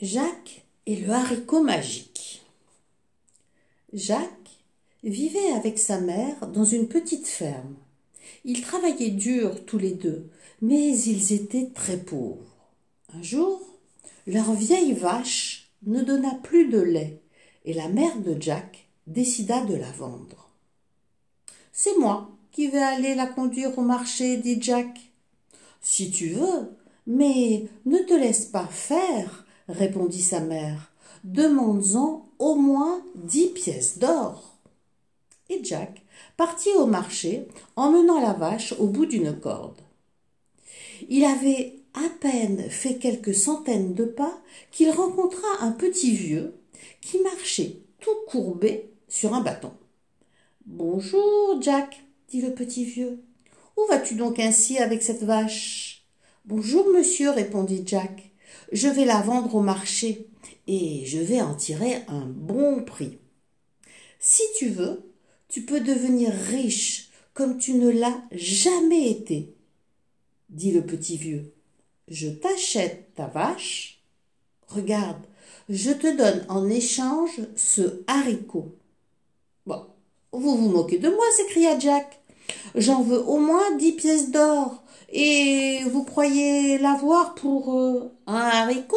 Jacques et le haricot magique. Jacques vivait avec sa mère dans une petite ferme. Ils travaillaient dur tous les deux, mais ils étaient très pauvres. Un jour, leur vieille vache ne donna plus de lait et la mère de Jacques décida de la vendre. « C'est moi qui vais aller la conduire au marché, dit Jacques. « Si tu veux, mais ne te laisse pas faire, répondit sa mère. Demande-en au moins 10 pièces d'or. Et Jacques partit au marché, emmenant la vache au bout d'une corde. Il avait à peine fait quelques centaines de pas qu'il rencontra un petit vieux qui marchait tout courbé sur un bâton. « Bonjour, Jack, dit le petit vieux. Où vas-tu donc ainsi avec cette vache ? Bonjour, monsieur, répondit Jack. Je vais la vendre au marché et je vais en tirer un bon prix. Si tu veux, tu peux devenir riche comme tu ne l'as jamais été, dit le petit vieux. Je t'achète ta vache. Regarde, je te donne en échange ce haricot. Bon, vous vous moquez de moi, s'écria Jack. J'en veux au moins 10 pièces d'or. Et vous croyez l'avoir pour un haricot?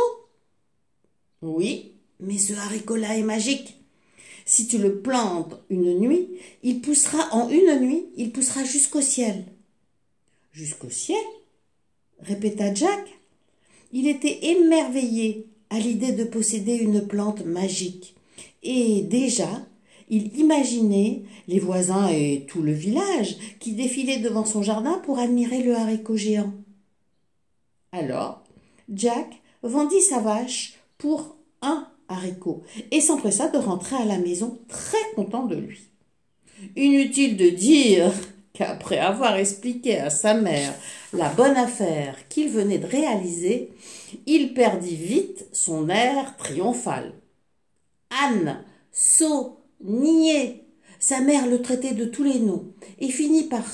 Oui, mais ce haricot-là est magique. Si tu le plantes une nuit, il poussera jusqu'au ciel. Jusqu'au ciel? Répéta Jack. Il était émerveillé à l'idée de posséder une plante magique. Et déjà, il imaginait les voisins et tout le village qui défilaient devant son jardin pour admirer le haricot géant. Alors, Jack vendit sa vache pour un haricot et s'empressa de rentrer à la maison très content de lui. Inutile de dire qu'après avoir expliqué à sa mère la bonne affaire qu'il venait de réaliser, il perdit vite son air triomphal. Âne, sot, niais, sa mère le traitait de tous les noms et finit par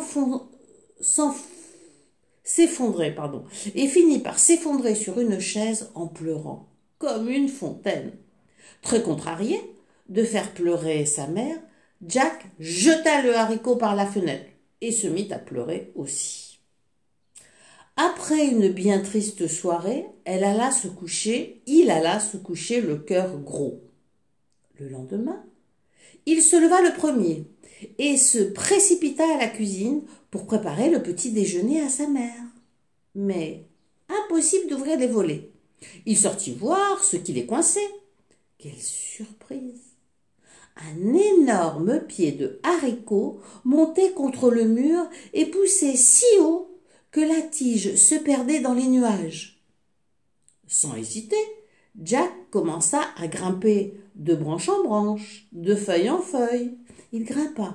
s'effondrer sur une chaise en pleurant, comme une fontaine. Très contrarié de faire pleurer sa mère, Jack jeta le haricot par la fenêtre et se mit à pleurer aussi. Après une bien triste soirée, il alla se coucher le cœur gros. Le lendemain, il se leva le premier et se précipita à la cuisine pour préparer le petit déjeuner à sa mère. Mais impossible d'ouvrir les volets. Il sortit voir ce qui les coinçait. Quelle surprise! Un énorme pied de haricot montait contre le mur et poussait si haut que la tige se perdait dans les nuages. Sans hésiter, Jack commença à grimper de branche en branche, de feuille en feuille. Il grimpa,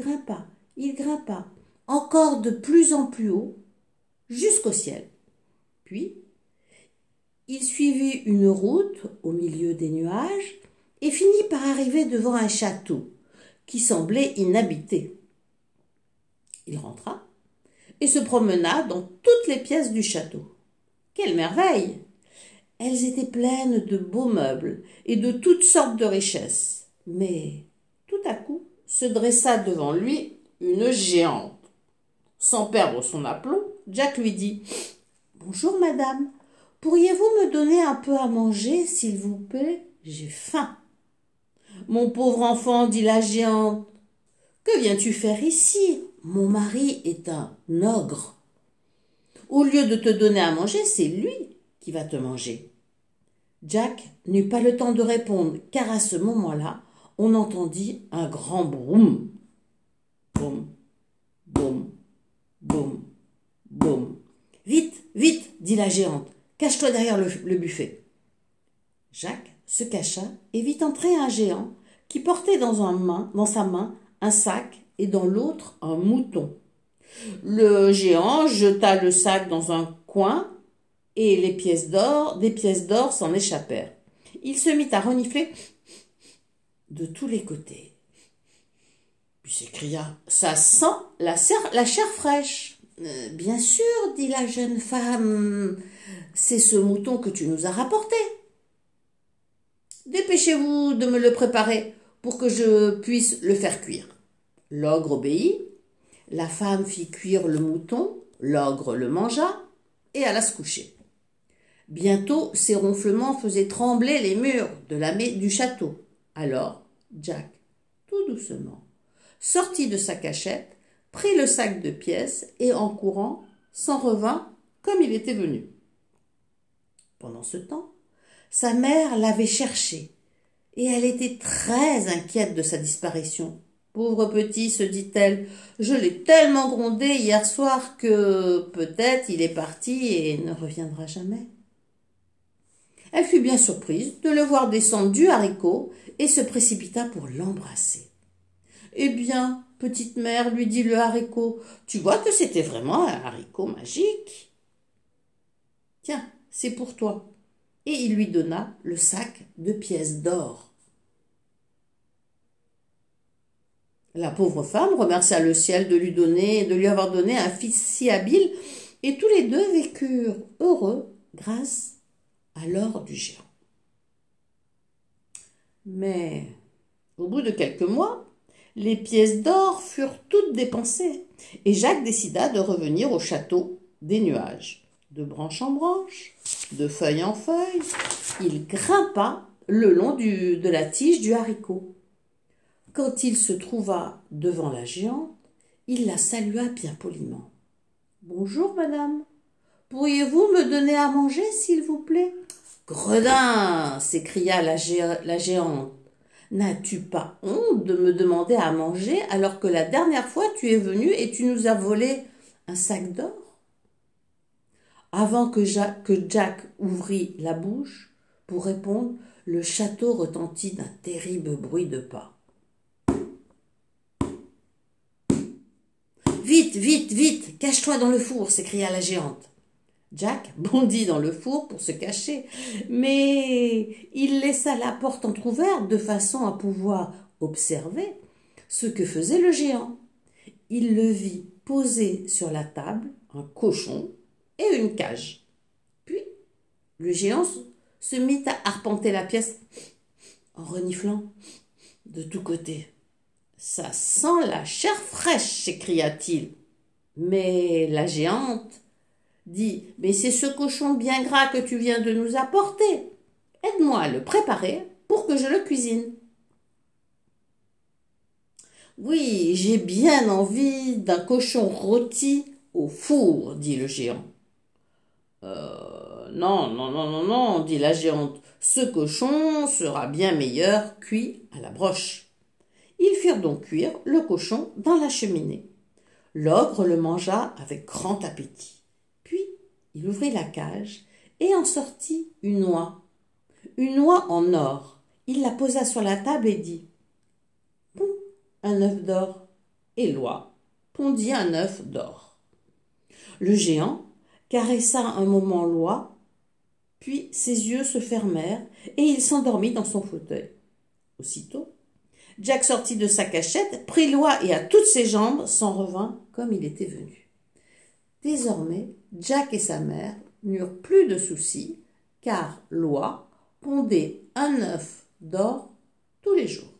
encore de plus en plus haut, jusqu'au ciel. Puis, il suivit une route au milieu des nuages et finit par arriver devant un château qui semblait inhabité. Il rentra et se promena dans toutes les pièces du château. Quelle merveille! Elles étaient pleines de beaux meubles et de toutes sortes de richesses. Mais tout à coup se dressa devant lui une géante. Sans perdre son aplomb, Jack lui dit « Bonjour madame, pourriez-vous me donner un peu à manger, s'il vous plaît? J'ai faim. » « Mon pauvre enfant, dit la géante, que viens-tu faire ici? Mon mari est un ogre. Au lieu de te donner à manger, c'est lui qui va te manger. » Jack n'eut pas le temps de répondre, car à ce moment-là, on entendit un grand broum. Boum, boum, boum, boum. « Vite, vite, dit la géante, cache-toi derrière le buffet. » Jacques se cacha et vit entrer un géant qui portait dans sa main un sac et dans l'autre un mouton. Le géant jeta le sac dans un coin et des pièces d'or s'en échappèrent. Il se mit à renifler de tous les côtés. Puis s'écria « Ça sent la chair fraîche. » Bien sûr, dit la jeune femme, c'est ce mouton que tu nous as rapporté. Dépêchez-vous de me le préparer pour que je puisse le faire cuire. » L'ogre obéit. La femme fit cuire le mouton, l'ogre le mangea et alla se coucher. Bientôt, ses ronflements faisaient trembler les murs du château. Alors, Jack, tout doucement, sortit de sa cachette, prit le sac de pièces et, en courant, s'en revint comme il était venu. Pendant ce temps, sa mère l'avait cherché et elle était très inquiète de sa disparition. « Pauvre petit, se dit-elle, je l'ai tellement grondé hier soir que peut-être il est parti et ne reviendra jamais. » Elle fut bien surprise de le voir descendre du haricot et se précipita pour l'embrasser. « Eh bien, petite mère, lui dit le haricot, tu vois que c'était vraiment un haricot magique. Tiens, c'est pour toi. » Et il lui donna le sac de pièces d'or. La pauvre femme remercia le ciel de lui avoir donné un fils si habile, et tous les deux vécurent heureux grâce à l'or du géant. Mais au bout de quelques mois, les pièces d'or furent toutes dépensées, et Jacques décida de revenir au château des nuages. De branche en branche, de feuille en feuille, il grimpa le long de la tige du haricot. Quand il se trouva devant la géante, il la salua bien poliment. « Bonjour, madame. Pourriez-vous me donner à manger, s'il vous plaît ?»« Gredin !» s'écria la géante. « N'as-tu pas honte de me demander à manger alors que la dernière fois tu es venu et tu nous as volé un sac d'or ?» Avant que Jack ouvrît la bouche pour répondre, le château retentit d'un terrible bruit de pas. « Vite, vite, vite, cache-toi dans le four !» s'écria la géante. Jack bondit dans le four pour se cacher, mais il laissa la porte entr'ouverte de façon à pouvoir observer ce que faisait le géant. Il le vit poser sur la table un cochon et une cage. Puis, le géant se mit à arpenter la pièce en reniflant de tous côtés. « Ça sent la chair fraîche !» s'écria-t-il. Mais la géante dit « Mais c'est ce cochon bien gras que tu viens de nous apporter. Aide-moi à le préparer pour que je le cuisine. » « Oui, j'ai bien envie d'un cochon rôti au four, » dit le géant. « Non, non, non, non, non, » dit la géante. « Ce cochon sera bien meilleur cuit à la broche. » Ils firent donc cuire le cochon dans la cheminée. L'ogre le mangea avec grand appétit. Puis il ouvrit la cage et en sortit une noix en or. Il la posa sur la table et dit « Pond un œuf d'or. » Et l'oie pondit un œuf d'or. Le géant caressa un moment l'oie, puis ses yeux se fermèrent et il s'endormit dans son fauteuil. Aussitôt, Jack sortit de sa cachette, prit l'oie et à toutes ses jambes s'en revint comme il était venu. Désormais, Jack et sa mère n'eurent plus de soucis, car l'oie pondait un œuf d'or tous les jours.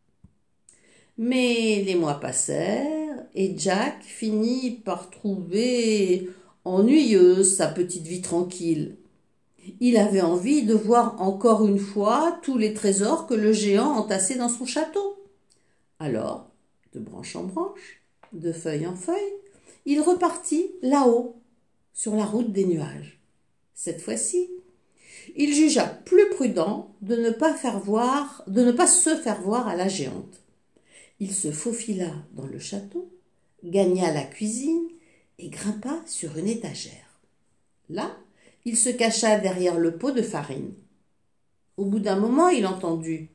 Mais les mois passèrent et Jack finit par trouver ennuyeuse sa petite vie tranquille. Il avait envie de voir encore une fois tous les trésors que le géant entassait dans son château. Alors, de branche en branche, de feuille en feuille, il repartit là-haut, sur la route des nuages. Cette fois-ci, il jugea plus prudent de ne pas se faire voir à la géante. Il se faufila dans le château, gagna la cuisine et grimpa sur une étagère. Là, il se cacha derrière le pot de farine. Au bout d'un moment, il entendit.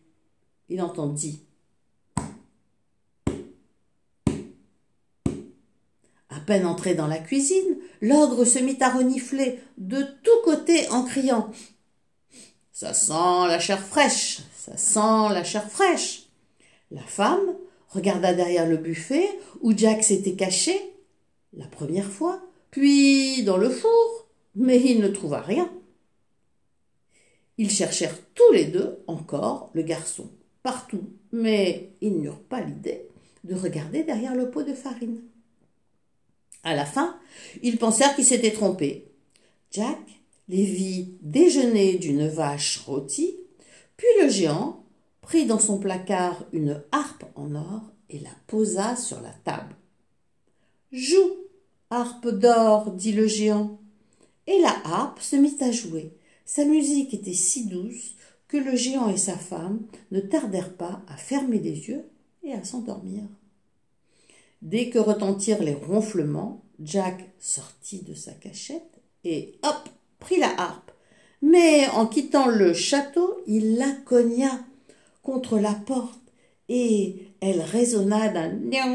À peine entré dans la cuisine, l'ogre se mit à renifler de tous côtés en criant « Ça sent la chair fraîche, ça sent la chair fraîche !» La femme regarda derrière le buffet où Jack s'était caché la première fois, puis dans le four, mais il ne trouva rien. Ils cherchèrent tous les deux encore le garçon, partout, mais ils n'eurent pas l'idée de regarder derrière le pot de farine. À la fin, ils pensèrent qu'ils s'étaient trompés. Jack les vit déjeuner d'une vache rôtie, puis le géant prit dans son placard une harpe en or et la posa sur la table. « Joue, harpe d'or, dit le géant. » Et la harpe se mit à jouer. Sa musique était si douce que le géant et sa femme ne tardèrent pas à fermer les yeux et à s'endormir. Dès que retentirent les ronflements, Jack sortit de sa cachette et hop, prit la harpe. Mais en quittant le château, il la cogna contre la porte et elle résonna d'un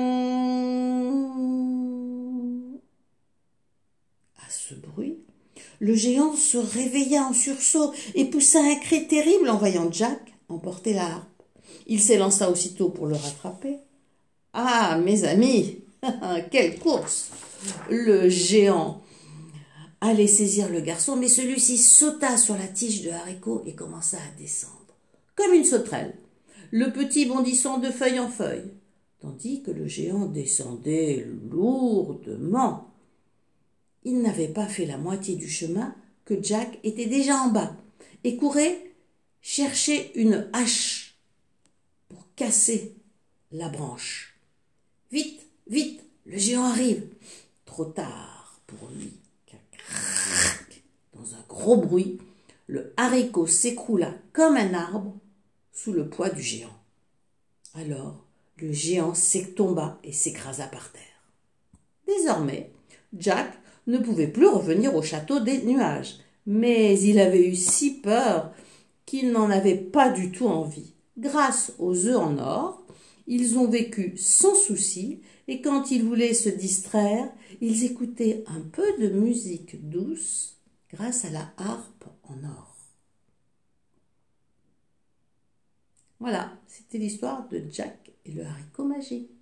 gnon. À ce bruit, le géant se réveilla en sursaut et poussa un cri terrible en voyant Jack emporter la harpe. Il s'élança aussitôt pour le rattraper. Ah, mes amis, quelle course! Le géant allait saisir le garçon, mais celui-ci sauta sur la tige de haricot et commença à descendre, comme une sauterelle, le petit bondissant de feuille en feuille, tandis que le géant descendait lourdement. Il n'avait pas fait la moitié du chemin que Jack était déjà en bas et courait chercher une hache pour casser la branche. Vite, vite, le géant arrive. Trop tard pour lui. Dans un gros bruit, le haricot s'écroula comme un arbre sous le poids du géant. Alors, le géant tomba et s'écrasa par terre. Désormais, Jack ne pouvait plus revenir au château des nuages, mais il avait eu si peur qu'il n'en avait pas du tout envie. Grâce aux œufs en or, ils ont vécu sans souci, et quand ils voulaient se distraire, ils écoutaient un peu de musique douce grâce à la harpe en or. Voilà, c'était l'histoire de Jack et le haricot magique.